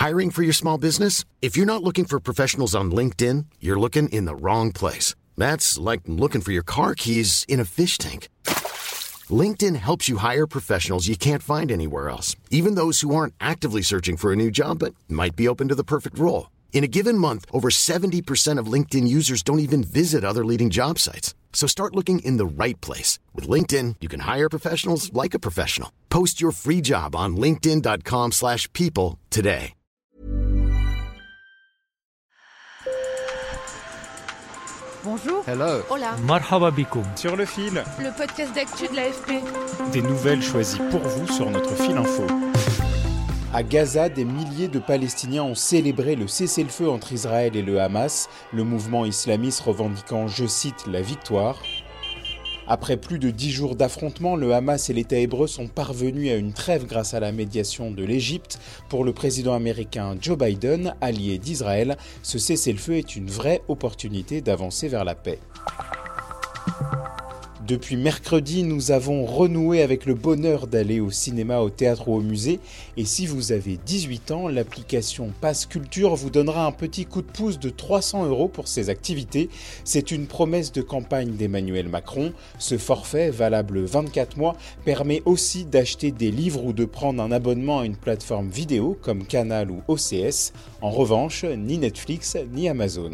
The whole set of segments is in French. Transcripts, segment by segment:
Hiring for your small business? If you're not looking for professionals on LinkedIn, you're looking in the wrong place. That's like looking for your car keys in a fish tank. LinkedIn helps you hire professionals you can't find anywhere else, even those who aren't actively searching for a new job but might be open to the perfect role. In a given month, over 70% of LinkedIn users don't even visit other leading job sites. So start looking in the right place. With LinkedIn, you can hire professionals like a professional. Post your free job on linkedin.com/people today. Bonjour. Hello. Hola. Marhaba bikoum. Sur le fil. Le podcast d'actu de l'AFP. Des nouvelles choisies pour vous sur notre fil info. À Gaza, des milliers de Palestiniens ont célébré le cessez-le-feu entre Israël et le Hamas, le mouvement islamiste revendiquant, je cite, la victoire. Après plus de 10 jours d'affrontements, le Hamas et l'État hébreu sont parvenus à une trêve grâce à la médiation de l'Égypte. Pour le président américain Joe Biden, allié d'Israël, ce cessez-le-feu est une vraie opportunité d'avancer vers la paix. Depuis mercredi, nous avons renoué avec le bonheur d'aller au cinéma, au théâtre ou au musée. Et si vous avez 18 ans, l'application Pass Culture vous donnera un petit coup de pouce de 300 € pour ces activités. C'est une promesse de campagne d'Emmanuel Macron. Ce forfait, valable 24 mois, permet aussi d'acheter des livres ou de prendre un abonnement à une plateforme vidéo comme Canal ou OCS. En revanche, ni Netflix ni Amazon.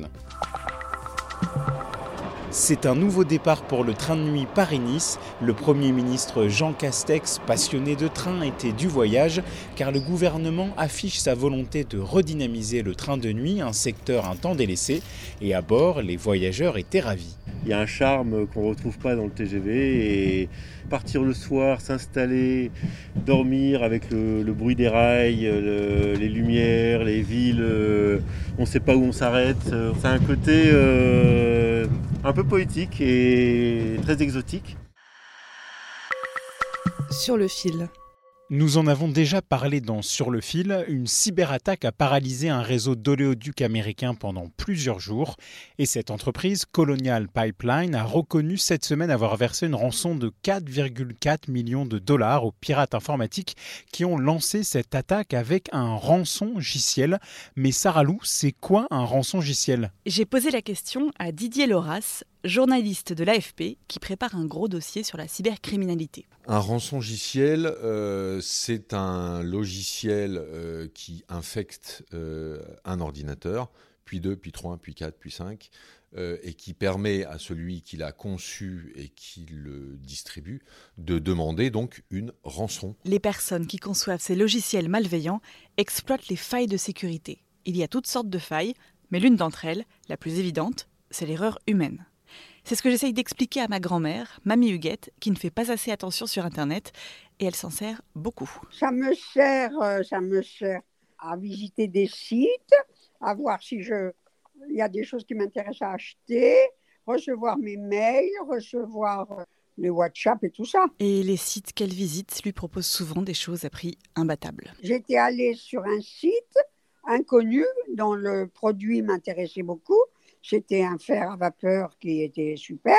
C'est un nouveau départ pour le train de nuit Paris-Nice. Le Premier ministre Jean Castex, passionné de train, était du voyage, car le gouvernement affiche sa volonté de redynamiser le train de nuit, un secteur un temps délaissé, et à bord, les voyageurs étaient ravis. Il y a un charme qu'on ne retrouve pas dans le TGV, et partir le soir, s'installer, dormir avec le bruit des rails, les lumières, les villes, on ne sait pas où on s'arrête. C'est un côté un peu poétique et très exotique. Sur le fil. Nous en avons déjà parlé dans Sur le fil. Une cyberattaque a paralysé un réseau d'oléoducs américains pendant plusieurs jours. Et cette entreprise, Colonial Pipeline, a reconnu cette semaine avoir versé une rançon de 4,4 millions de dollars aux pirates informatiques qui ont lancé cette attaque avec un rançongiciel. Mais Sarah Lou, c'est quoi un rançongiciel ? J'ai posé la question à Didier Loras, journaliste de l'AFP, qui prépare un gros dossier sur la cybercriminalité. Un rançongiciel, c'est un logiciel qui infecte un ordinateur, puis 2, puis 3, puis 4, puis 5, et qui permet à celui qui l'a conçu et qui le distribue de demander donc une rançon. Les personnes qui conçoivent ces logiciels malveillants exploitent les failles de sécurité. Il y a toutes sortes de failles, mais l'une d'entre elles, la plus évidente, c'est l'erreur humaine. C'est ce que j'essaye d'expliquer à ma grand-mère, Mamie Huguette, qui ne fait pas assez attention sur Internet, et elle s'en sert beaucoup. Ça me sert à visiter des sites, à voir si il y a des choses qui m'intéressent à acheter, recevoir mes mails, recevoir les WhatsApp et tout ça. Et les sites qu'elle visite lui proposent souvent des choses à prix imbattable. J'étais allée sur un site inconnu dont le produit m'intéressait beaucoup. C'était un fer à vapeur qui était super.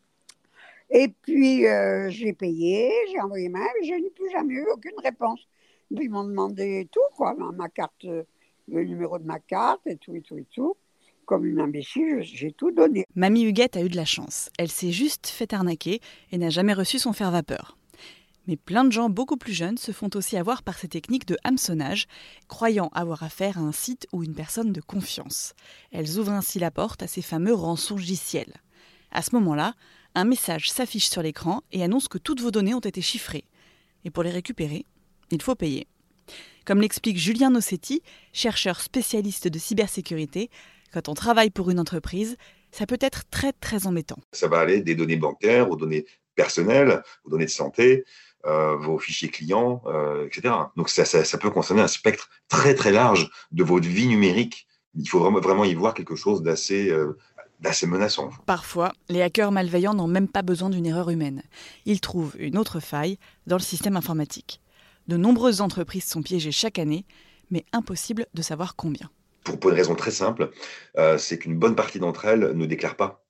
Et puis, j'ai payé, j'ai envoyé ma mail, mais je n'ai plus jamais eu aucune réponse. Puis, ils m'ont demandé tout, quoi, ma carte, le numéro de ma carte et tout. Comme une imbécile, j'ai tout donné. Mamie Huguette a eu de la chance. Elle s'est juste fait arnaquer et n'a jamais reçu son fer vapeur. Mais plein de gens beaucoup plus jeunes se font aussi avoir par ces techniques de hameçonnage, croyant avoir affaire à un site ou une personne de confiance. Elles ouvrent ainsi la porte à ces fameux rançongiciels. À ce moment-là, un message s'affiche sur l'écran et annonce que toutes vos données ont été chiffrées. Et pour les récupérer, il faut payer. Comme l'explique Julien Nossetti, chercheur spécialiste de cybersécurité, quand on travaille pour une entreprise, ça peut être très très embêtant. Ça va aller des données bancaires aux données personnelles, aux données de santé, vos fichiers clients, etc. Donc ça peut concerner un spectre très très large de votre vie numérique. Il faut vraiment y voir quelque chose d'assez menaçant. Parfois, les hackers malveillants n'ont même pas besoin d'une erreur humaine. Ils trouvent une autre faille dans le système informatique. De nombreuses entreprises sont piégées chaque année, mais impossible de savoir combien. Pour une raison très simple, c'est qu'une bonne partie d'entre elles ne déclarent pas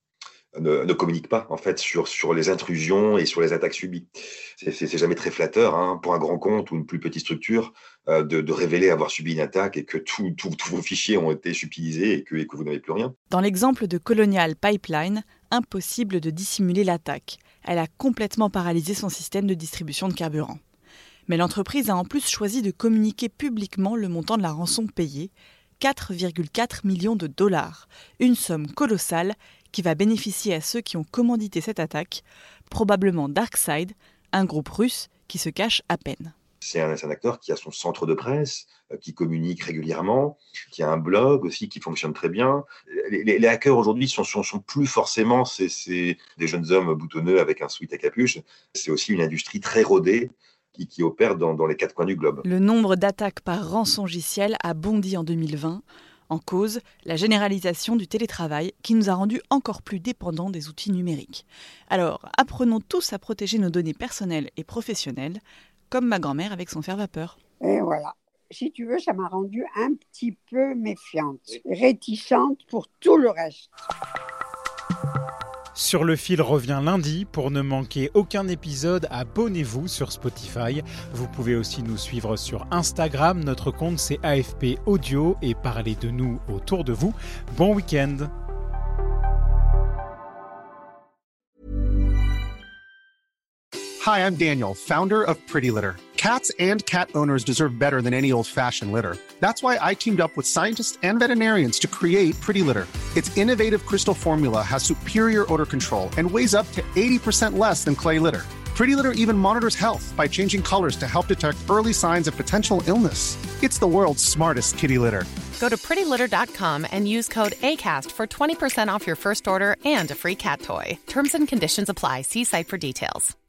ne communiquent pas en fait sur les intrusions et sur les attaques subies. C'est jamais très flatteur pour un grand compte ou une plus petite structure de révéler avoir subi une attaque et que tous vos fichiers ont été subtilisés et que vous n'avez plus rien. Dans l'exemple de Colonial Pipeline, impossible de dissimuler l'attaque. Elle a complètement paralysé son système de distribution de carburant. Mais l'entreprise a en plus choisi de communiquer publiquement le montant de la rançon payée, 4,4 millions de dollars, une somme colossale qui va bénéficier à ceux qui ont commandité cette attaque, probablement DarkSide, un groupe russe qui se cache à peine. C'est un acteur qui a son centre de presse, qui communique régulièrement, qui a un blog aussi qui fonctionne très bien. Les hackers aujourd'hui sont plus forcément des jeunes hommes boutonneux avec un sweat à capuche. C'est aussi une industrie très rodée qui opère dans les quatre coins du globe. Le nombre d'attaques par rançongiciel a bondi en 2020. En cause, la généralisation du télétravail qui nous a rendus encore plus dépendants des outils numériques. Alors, apprenons tous à protéger nos données personnelles et professionnelles, comme ma grand-mère avec son fer-vapeur. Et voilà. Si tu veux, ça m'a rendue un petit peu méfiante, réticente pour tout le reste. Sur le fil revient lundi. Pour ne manquer aucun épisode, abonnez-vous sur Spotify. Vous pouvez aussi nous suivre sur Instagram. Notre compte, c'est AFP Audio et parlez de nous autour de vous. Bon week-end. Hi, I'm Daniel, founder of Pretty Litter. Cats and cat owners deserve better than any old-fashioned litter. That's why I teamed up with scientists and veterinarians to create Pretty Litter. Its innovative crystal formula has superior odor control and weighs up to 80% less than clay litter. Pretty Litter even monitors health by changing colors to help detect early signs of potential illness. It's the world's smartest kitty litter. Go to prettylitter.com and use code ACAST for 20% off your first order and a free cat toy. Terms and conditions apply. See site for details.